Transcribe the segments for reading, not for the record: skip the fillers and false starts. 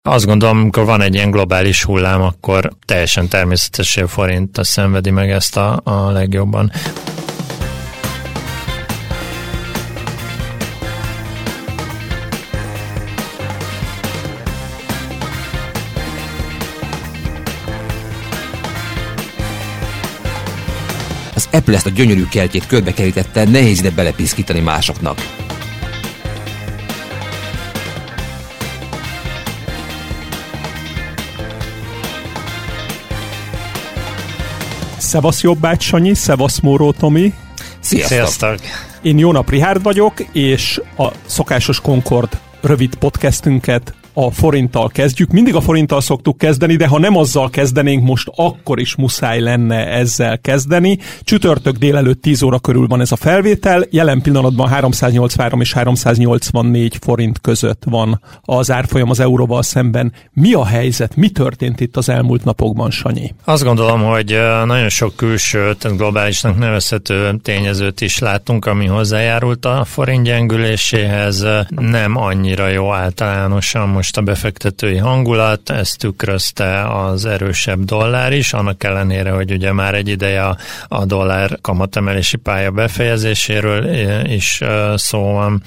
Azt gondolom, amikor van egy ilyen globális hullám, akkor teljesen természetes, hogy a forint szenvedi meg ezt a legjobban. Az Apple ezt a gyönyörű kertjét körbekerítette, nehéz ide belepiszkítani másoknak. Szevasz Jobbágy Sanyi, szevasz Móró Tomi. Sziasztok! Én Jónap Richárd vagyok, és a szokásos Concord rövid podcastünket a forinttal kezdjük. Mindig a forinttal szoktuk kezdeni, de ha nem azzal kezdenénk most, akkor is muszáj lenne ezzel kezdeni. Csütörtök délelőtt 10 óra körül van ez a felvétel. Jelen pillanatban 383 és 384 forint között van az árfolyam az euróval szemben. Mi a helyzet? Mi történt itt az elmúlt napokban, Sanyi? Azt gondolom, hogy nagyon sok külső, tehát globálisnak nevezhető tényezőt is láttunk, ami hozzájárult a forint gyengüléséhez. Nem annyira jó általánosan most a befektetői hangulat, ezt tükrözte az erősebb dollár is, annak ellenére, hogy ugye már egy ideje a dollár kamatemelési pálya befejezéséről is szó van,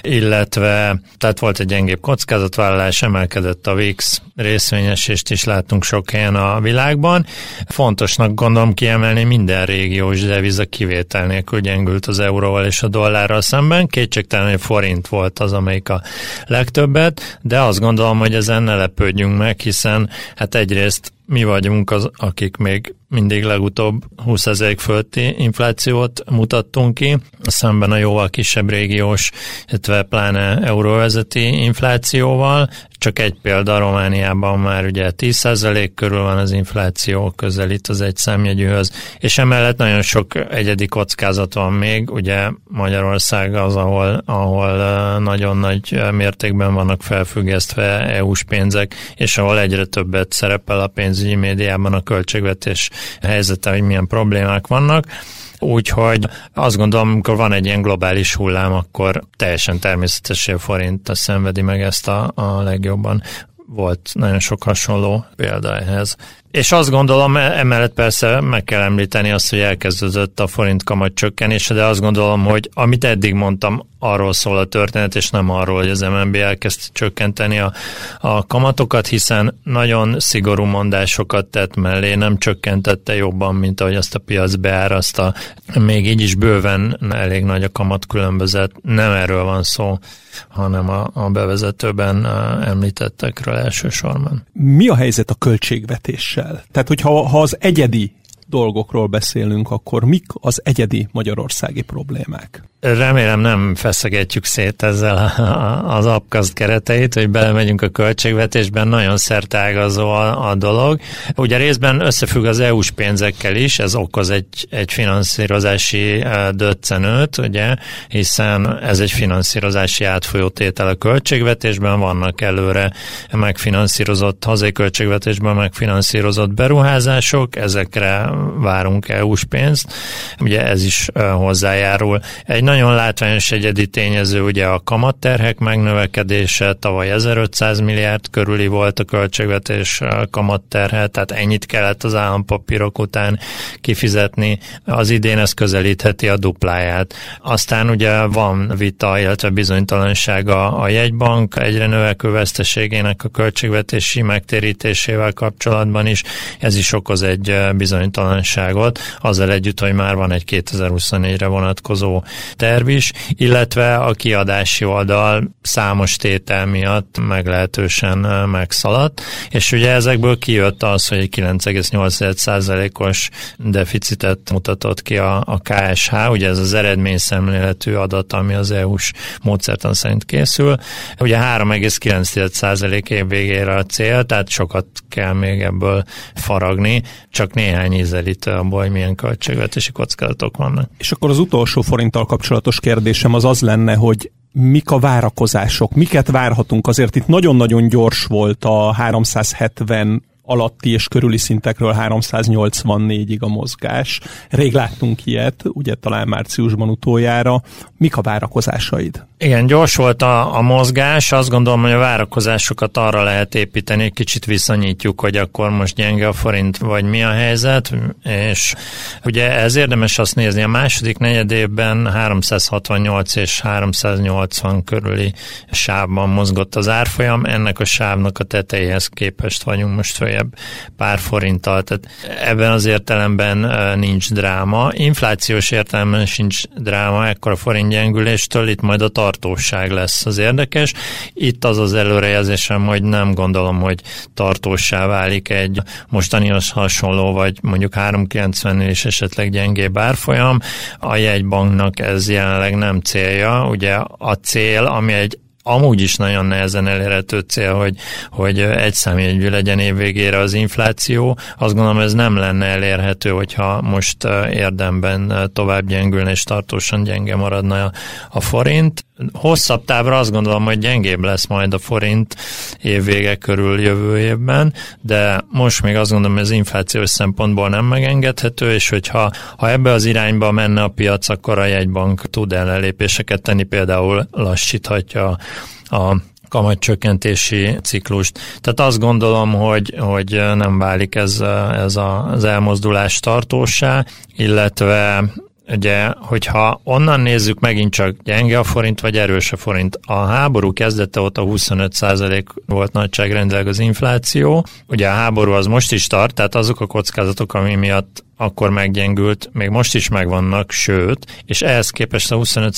illetve tehát volt egy gyengébb kockázatvállalás, emelkedett a VIX részvényesést is láttunk sok helyen a világban. Fontosnak gondolom kiemelni, minden régiós deviza kivétel nélkül gyengült az euróval és a dollárral szemben. Kétségtelen, hogy forint volt az, amelyik a legtöbbet, de azt gondolom, hogy ezen ne lepődjünk meg, hiszen hát egyrészt mi vagyunk az, akik még mindig legutóbb 20% fölötti inflációt mutattunk ki, szemben a jóval kisebb régiós, illetve pláne euróvezeti inflációval. Csak egy példa, Romániában már ugye 10% körül van az infláció, közelít az egy számjegyűhöz, és emellett nagyon sok egyedi kockázat van még, ugye Magyarország az, ahol nagyon nagy mértékben vannak felfüggesztve EU-s pénzek, és ahol egyre többet szerepel a pénzügyi médiában a költségvetés helyzete, hogy milyen problémák vannak. Úgyhogy azt gondolom, amikor van egy ilyen globális hullám, akkor teljesen természetes, hogy a forint szenvedi meg ezt a legjobban. Volt nagyon sok hasonló példa ehhez. És azt gondolom, emellett persze meg kell említeni azt, hogy elkezdődött a forint kamat csökkenése, de azt gondolom, hogy amit eddig mondtam, arról szól a történet, és nem arról, hogy az MNB elkezd csökkenteni a kamatokat, hiszen nagyon szigorú mondásokat tett mellé, nem csökkentette jobban, mint ahogy azt a piac beárazta. Még így is bőven elég nagy a kamatkülönbözet. Nem erről van szó, hanem a bevezetőben említettekről elsősorban. Mi a helyzet a költségvetéssel? Tehát, hogyha az egyedi dolgokról beszélünk, akkor mik az egyedi magyarországi problémák? Remélem nem feszegetjük szét ezzel az abkaszt kereteit, hogy belemegyünk a költségvetésben, nagyon szerteágazó a dolog. Ugye részben összefügg az EU-s pénzekkel is, ez okoz egy finanszírozási döccenőt, ugye, hiszen ez egy finanszírozási átfolyótétel a költségvetésben, vannak előre megfinanszírozott, hazai költségvetésben megfinanszírozott beruházások, ezekre várunk EU-s pénzt, ugye ez is hozzájárul. Egy nagyon látványos egyedi tényező ugye a kamatterhek megnövekedése, tavaly 1500 milliárd körüli volt a költségvetés kamatterhe, tehát ennyit kellett az állampapírok után kifizetni, az idén ez közelítheti a dupláját. Aztán ugye van vita, illetve bizonytalanság a jegybank egyre növekvő veszteségének a költségvetési megtérítésével kapcsolatban is, ez is okoz egy bizonytalanságot, azzal együtt, hogy már van egy 2024-re vonatkozó terv is, illetve a kiadási oldal számos tétel miatt meglehetősen megszaladt, és ugye ezekből kijött az, hogy egy 9,8%-os deficitet mutatott ki a KSH, ugye ez az eredményszemléletű adat, ami az EU-s módszertan szerint készül. Ugye 3,9% év végére a cél, tehát sokat kell még ebből faragni, csak néhány ízelítő abból, hogy milyen költségvetési kockázatok vannak. És akkor az utolsó forinttal kapcsolatos kérdésem az lenne, hogy mik a várakozások, miket várhatunk? Azért itt nagyon-nagyon gyors volt a 370 alatti és körüli szintekről 384-ig a mozgás. Rég láttunk ilyet, ugye talán márciusban utoljára. Mik a várakozásaid? Igen, gyors volt a mozgás, azt gondolom, hogy a várakozásokat arra lehet építeni, egy kicsit viszonyítjuk, hogy akkor most gyenge a forint, vagy mi a helyzet, és ugye ez érdemes azt nézni, a második negyedévben 368 és 380 körüli sávban mozgott az árfolyam, ennek a sávnak a tetejéhez képest vagyunk most följebb pár forinttal, tehát ebben az értelemben nincs dráma, inflációs értelemben sincs dráma, ekkor a forint gyengüléstől, itt majd a tartóság lesz az érdekes. Itt az az előrejelzésem, hogy nem gondolom, hogy tartóssá válik egy mostanihoz hasonló, vagy mondjuk 3,90 és esetleg gyengébb árfolyam. A jegybanknak ez jelenleg nem célja. Ugye a cél, ami egy amúgy is nagyon nehezen elérhető cél, hogy egy számjegyű legyen évvégére az infláció. Azt gondolom, ez nem lenne elérhető, hogyha most érdemben tovább gyengülne és tartósan gyenge maradna a forint. Hosszabb távra azt gondolom, hogy gyengébb lesz majd a forint évvége körül jövő évben, de most még azt gondolom, hogy az inflációs szempontból nem megengedhető, és hogyha ebbe az irányba menne a piac, akkor a jegybank tud ellenlépéseket tenni, például lassíthatja a kamatcsökkentési ciklust. Tehát azt gondolom, hogy nem válik ez az elmozdulás tartósá, illetve ugye, hogyha onnan nézzük, megint csak gyenge a forint, vagy erős a forint. A háború kezdete óta 25% volt nagyságrendileg az infláció. Ugye a háború az most is tart, tehát azok a kockázatok, ami miatt akkor meggyengült, még most is megvannak, sőt, és ehhez képest a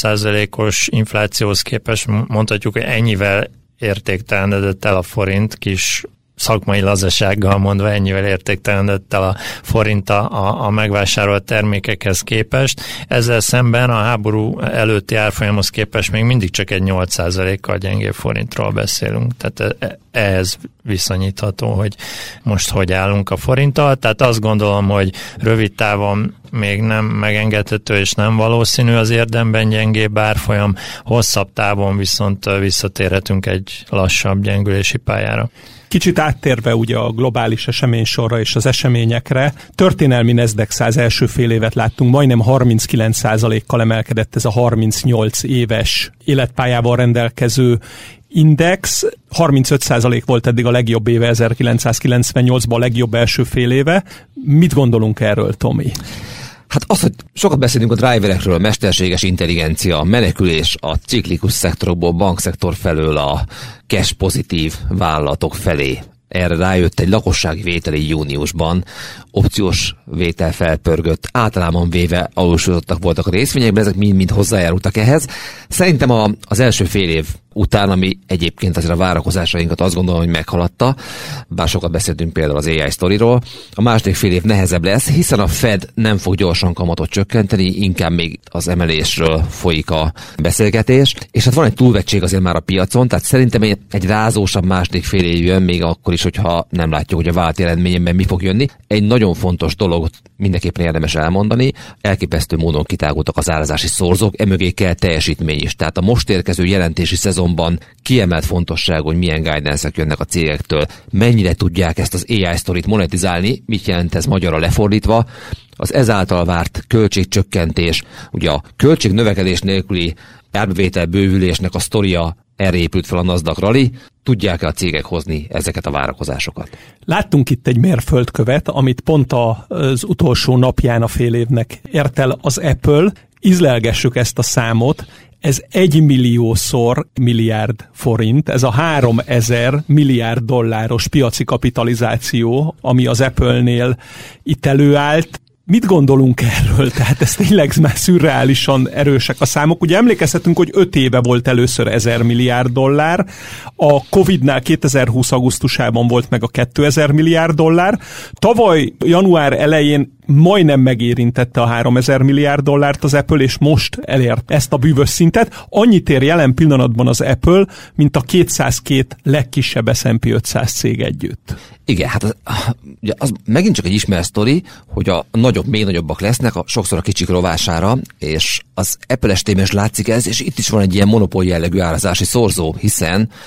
25%-os inflációhoz képest mondhatjuk, hogy ennyivel értéktelenedett el a forint, kis szakmai lazasággal mondva ennyivel értéktelenedett el a forint a megvásárolt termékekhez képest. Ezzel szemben a háború előtti árfolyamhoz képest még mindig csak egy 8%-kal gyengébb forintról beszélünk. Tehát ehhez viszonyítható, hogy most hogy állunk a forinttal. Tehát azt gondolom, hogy rövid távon még nem megengedhető és nem valószínű az érdemben gyengébb árfolyam, hosszabb távon viszont visszatérhetünk egy lassabb gyengülési pályára. Kicsit áttérve ugye a globális eseménysorra és az eseményekre, történelmi Nasdaq 100 első fél évet láttunk, majdnem 39%-kal emelkedett ez a 38 éves életpályával rendelkező index. 35% volt eddig a legjobb éve, 1998-ban a legjobb első fél éve. Mit gondolunk erről, Tomi? Hát az, hogy sokat beszélünk a driverekről, mesterséges intelligencia, menekülés a ciklikus szektorokból, bankszektor felől a cash pozitív vállalatok felé. Erre rájött egy lakossági vételi júniusban, opciós vétel felpörgött, általában véve alulsúlyozottak voltak a részvényekben, ezek mind hozzájárultak ehhez. Szerintem az első fél év után, ami egyébként azért a várakozásainkat azt gondolom, hogy meghaladta, bár sokat beszéltünk például az AI sztoriról, a második fél év nehezebb lesz, hiszen a Fed nem fog gyorsan kamatot csökkenteni, inkább még az emelésről folyik a beszélgetés, és hát van egy túlvettség azért már a piacon, tehát szerintem egy rázósabb második fél év jön, még akkor is, hogyha nem látjuk, hogy a vált jelentményben mi fog jönni. Egy nagyon fontos dologot mindenképpen érdemes elmondani, elképesztő módon kitágultak az árazási szorzók, emögé kell teljesítmény is. Tehát a most érkező jelentési szezonban kiemelt fontosság, hogy milyen guidance-ek jönnek a cégektől, mennyire tudják ezt az AI sztorit monetizálni, mit jelent ez magyarra lefordítva, az ezáltal várt költségcsökkentés, ugye a költségnövekedés nélküli árbevétel bővülésnek a sztoria, erre épült fel a Nasdaq Rally, tudják-e a cégek hozni ezeket a várakozásokat? Láttunk itt egy mérföldkövet, amit pont az utolsó napján a fél évnek ért el az Apple. Ízlelgessük ezt a számot. Ez 1 milliószor milliárd forint, ez a 3000 milliárd dolláros piaci kapitalizáció, ami az Apple-nél itt előállt. Mit gondolunk erről? Tehát ez tényleg már szürreálisan erősek a számok. Ugye emlékezhetünk, hogy 5 éve volt először 1000 milliárd dollár, a Covid-nál 2020 augusztusában volt meg a 2000 milliárd dollár, tavaly január elején majdnem megérintette a 3000 milliárd dollárt az Apple, és most elért ezt a bűvös szintet. Annyit ér jelen pillanatban az Apple, mint a 202 legkisebb S&P 500 cég együtt. Igen, hát az megint csak egy ismert sztori, hogy a nagyobb, még nagyobbak lesznek, sokszor a kicsik rovására, és az Apple estében is látszik ez, és itt is van egy ilyen monopól jellegű árazási szorzó, hiszen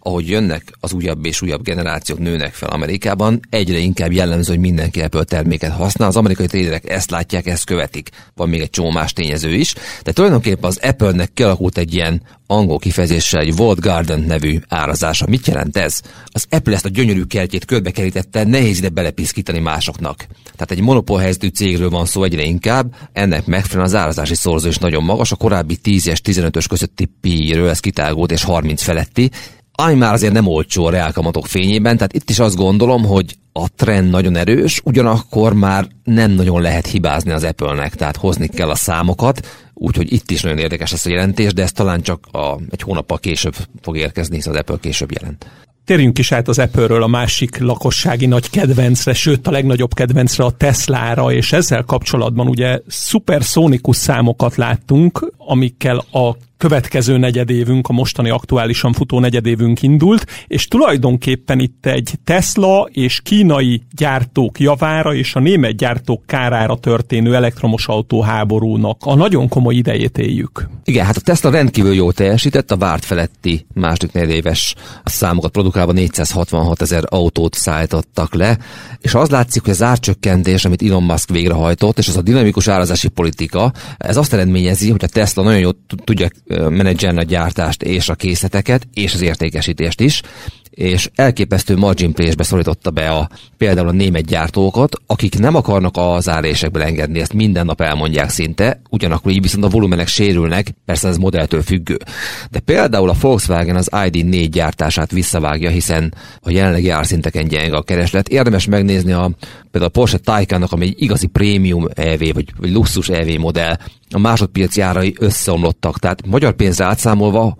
ahogy jönnek az újabb és újabb generációk, nőnek fel Amerikában, egyre inkább jellemző, hogy mindenki Apple terméket használ. Az amerikai traderek ezt látják, ezt követik. Van még egy csomó más tényező is. De tulajdonképpen az Apple-nek kialakult egy ilyen angol kifejezéssel, egy walled garden nevű árazása. Mit jelent ez? Az Apple ezt a gyönyörű kertjét körbekerítette, nehéz ide belepiszkítani másoknak. Tehát egy monopól-helyzetű cégről van szó egyre inkább, ennek megfelelően az árazási szorzó is nagyon magas, a korábbi 10-es, 15-ös közötti PI-ről ez kitágult, és 30 feletti, ami már azért nem olcsó a reálkamatok fényében, tehát itt is azt gondolom, hogy a trend nagyon erős, ugyanakkor már nem nagyon lehet hibázni az Apple-nek, tehát hozni kell a számokat, úgyhogy itt is nagyon érdekes lesz a jelentés, de ez talán csak egy hónappal később fog érkezni, hiszen az Apple később jelent. Térjünk is át az Apple-ről a másik lakossági nagy kedvencre, sőt a legnagyobb kedvencre, a Teslára, és ezzel kapcsolatban ugye szuperszónikus számokat láttunk, amikkel a következő negyedévünk, a mostani aktuálisan futó negyedévünk indult, és tulajdonképpen itt egy Tesla és kínai gyártók javára és a német gyártók kárára történő elektromos autó háborúnak a nagyon komoly idejét éljük. Igen, hát a Tesla rendkívül jól teljesített, a várt feletti második negyedéves számokat produkálva 466 000 autót szállítottak le, és az látszik, hogy az árcsökkentés, amit Elon Musk végrehajtott, és az a dinamikus árazási politika, ez azt eredményezi, hogy a Tesla nagyon jól tudja menedzselni a gyártást és a készleteket, és az értékesítést is, és elképesztő margin play-be szorította be például a német gyártókat, akik nem akarnak az árésekből engedni, ezt minden nap elmondják szinte, ugyanakkor így viszont a volumenek sérülnek, persze ez modelltől függő. De például a Volkswagen az ID.4 gyártását visszavágja, hiszen a jelenlegi árszinteken gyenge a kereslet. Érdemes megnézni például a Porsche Taycannak, ami egy igazi prémium EV, vagy luxus EV modell, a másodpiaci árai összeomlottak, tehát magyar pénzre átszámolva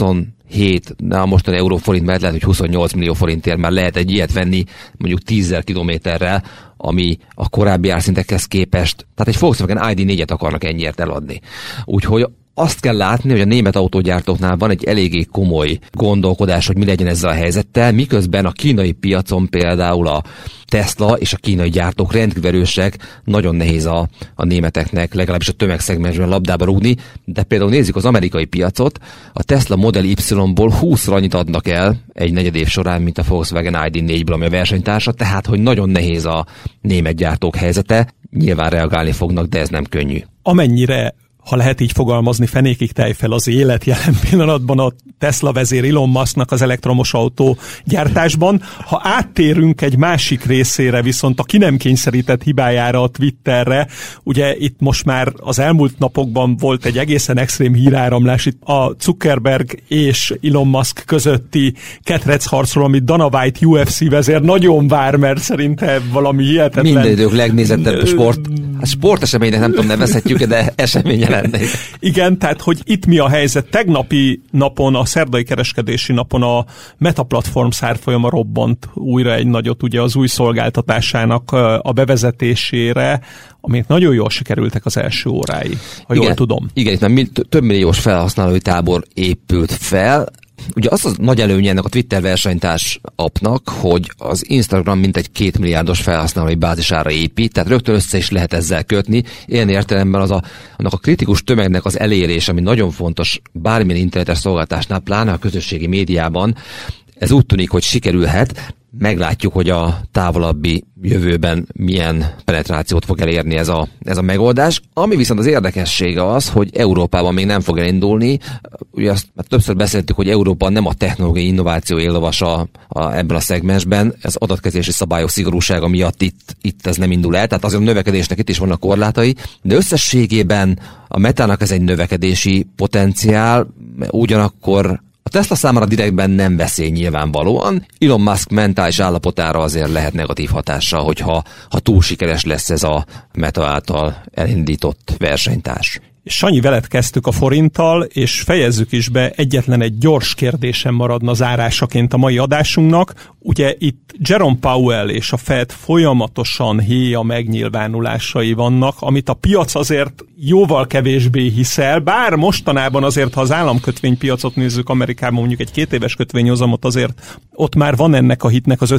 27, a mostani euróforint mellett lehet, hogy 28 millió forintért már lehet egy ilyet venni mondjuk 10 000 kilométerrel, ami a korábbi árszintekhez képest, tehát egy Volkswagen ID.4-et akarnak ennyiért eladni. Úgyhogy azt kell látni, hogy a német autógyártóknál van egy eléggé komoly gondolkodás, hogy mi legyen ezzel a helyzettel, miközben a kínai piacon például a Tesla és a kínai gyártók rendkívül erősek, nagyon nehéz a németeknek legalábbis a tömegszegmensben labdába rúgni, de például nézzük az amerikai piacot, a Tesla Model Y-ból 20-ra annyit adnak el egy negyedév során, mint a Volkswagen ID.4-ből, ami a versenytársa, tehát hogy nagyon nehéz a német gyártók helyzete, nyilván reagálni fognak, de ez nem könnyű. Amennyire, ha lehet így fogalmazni, fenékig tejfel az élet jelen pillanatban a Tesla vezér Elon Musknak az elektromos autó gyártásban. Ha áttérünk egy másik részére, viszont a ki nem kényszerített hibájára, a Twitterre, ugye itt most már az elmúlt napokban volt egy egészen extrém híráramlás itt a Zuckerberg és Elon Musk közötti ketrecharcról, amit Dana White UFC vezér nagyon vár, mert szerintem valami hihetetlen. Minden idők legnézettebb sporteseménynek nem tudom nevezhetjük, de eseménye lenne. Igen, tehát hogy itt mi a helyzet? Tegnapi napon, a szerdai kereskedési napon a Meta platform árfolyama robbant újra egy nagyot, ugye az új szolgáltatásának a bevezetésére, amik nagyon jól sikerültek az első órái, ha jól tudom. Igen, itt már több milliós felhasználói tábor épült fel. Ugye az a nagy előnye ennek a Twitter versenytárs appnak, hogy az Instagram mintegy 2 milliárdos felhasználói bázisára épít, tehát rögtön össze is lehet ezzel kötni. Ilyen értelemben annak a kritikus tömegnek az elérés, ami nagyon fontos bármilyen internetes szolgáltatásnál, pláne a közösségi médiában, ez úgy tűnik, hogy sikerülhet. Meglátjuk, hogy a távolabbi jövőben milyen penetrációt fog elérni ez a megoldás. Ami viszont az érdekessége az, hogy Európában még nem fog elindulni. Ugye azt többször beszéltük, hogy Európa nem a technológiai innováció éllovasa ebben a szegmensben. Ez adatkezelési szabályok szigorúsága miatt itt ez nem indul el. Tehát azért a növekedésnek itt is vannak korlátai. De összességében a Metának ez egy növekedési potenciál, ugyanakkor a Tesla számára direktben nem veszély nyilvánvalóan. Elon Musk mentális állapotára azért lehet negatív hatással, hogyha túl sikeres lesz ez a Meta által elindított versenytárs. Sanyi, veled kezdtük a forinttal, és fejezzük is be, egyetlen egy gyors kérdésem maradna zárásaként a mai adásunknak. Ugye itt Jerome Powell és a Fed folyamatosan héja megnyilvánulásai vannak, amit a piac azért jóval kevésbé hiszel, bár mostanában azért, ha az államkötvénypiacot nézzük Amerikában, mondjuk egy 2 éves kötvényhozamot, azért ott már van ennek a hitnek az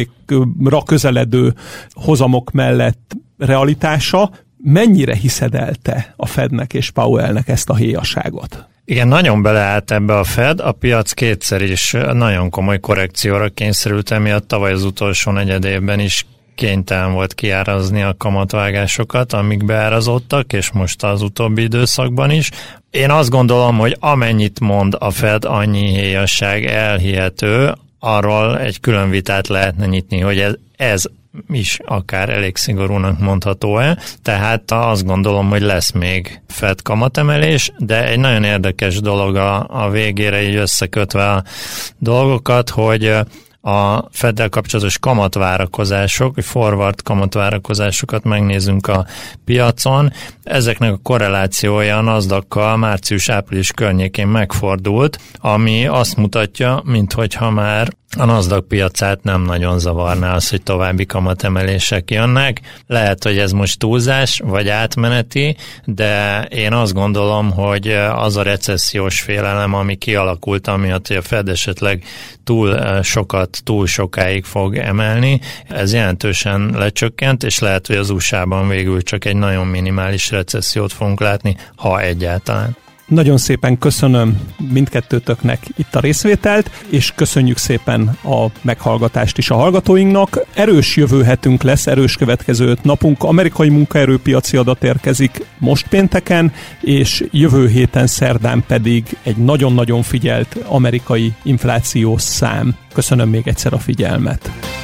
5%-ra közeledő hozamok mellett realitása. Mennyire hiszed el te a Fednek és Powellnek ezt a héjasságot? Igen, nagyon beleállt ebbe a Fed, a piac kétszer is nagyon komoly korrekcióra kényszerült, emiatt tavaly az utolsó negyedévben is kénytelen volt kiárazni a kamatvágásokat, amik beárazottak, és most az utóbbi időszakban is. Én azt gondolom, hogy amennyit mond a Fed, annyi héjasság elhihető, arról egy külön vitát lehetne nyitni, hogy ez is akár elég szigorúnak mondható-e. Tehát azt gondolom, hogy lesz még Fed kamatemelés, de egy nagyon érdekes dolog a végére, így összekötve a dolgokat, hogy a Feddel kapcsolatos kamatvárakozások, vagy forward kamatvárakozásokat megnézünk a piacon. Ezeknek a korrelációja a Nasdaq-kal március-április környékén megfordult, ami azt mutatja, minthogyha már a Nasdaq piacát nem nagyon zavarná az, hogy további kamatemelések jönnek. Lehet, hogy ez most túlzás, vagy átmeneti, de én azt gondolom, hogy az a recessziós félelem, ami kialakult, amiatt, hogy a Fed esetleg túl sokáig fog emelni, ez jelentősen lecsökkent, és lehet, hogy az USA-ban végül csak egy nagyon minimális recessziót fogunk látni, ha egyáltalán. Nagyon szépen köszönöm mindkettőtöknek itt a részvételt, és köszönjük szépen a meghallgatást is a hallgatóinknak. Erős jövő hetünk lesz, erős következő 5 napunk. Amerikai munkaerőpiaci adat érkezik most pénteken, és jövő héten szerdán pedig egy nagyon-nagyon figyelt amerikai inflációs szám. Köszönöm még egyszer a figyelmet.